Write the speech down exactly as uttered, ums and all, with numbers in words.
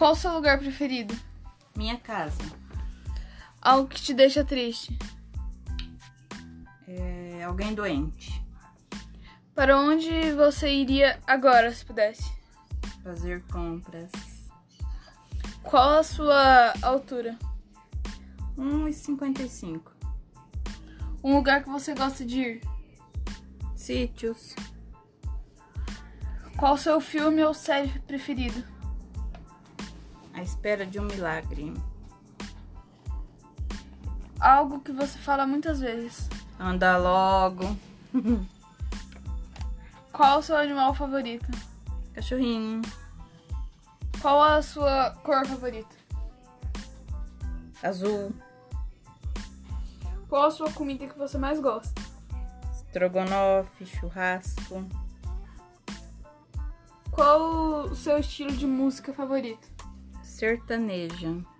Qual o seu lugar preferido? Minha casa. Algo que te deixa triste? É alguém doente. Para onde você iria agora, se pudesse? Fazer compras. Qual a sua altura? um e cinquenta e cinco. Um lugar que você gosta de ir? Sítios. Qual o seu filme ou série preferido? À espera de um milagre. Algo que você fala muitas vezes? Anda logo. Qual o seu animal favorito? Cachorrinho. Qual a sua cor favorita? Azul. Qual a sua comida que você mais gosta? Estrogonofe, churrasco. Qual o seu estilo de música favorito? Sertaneja.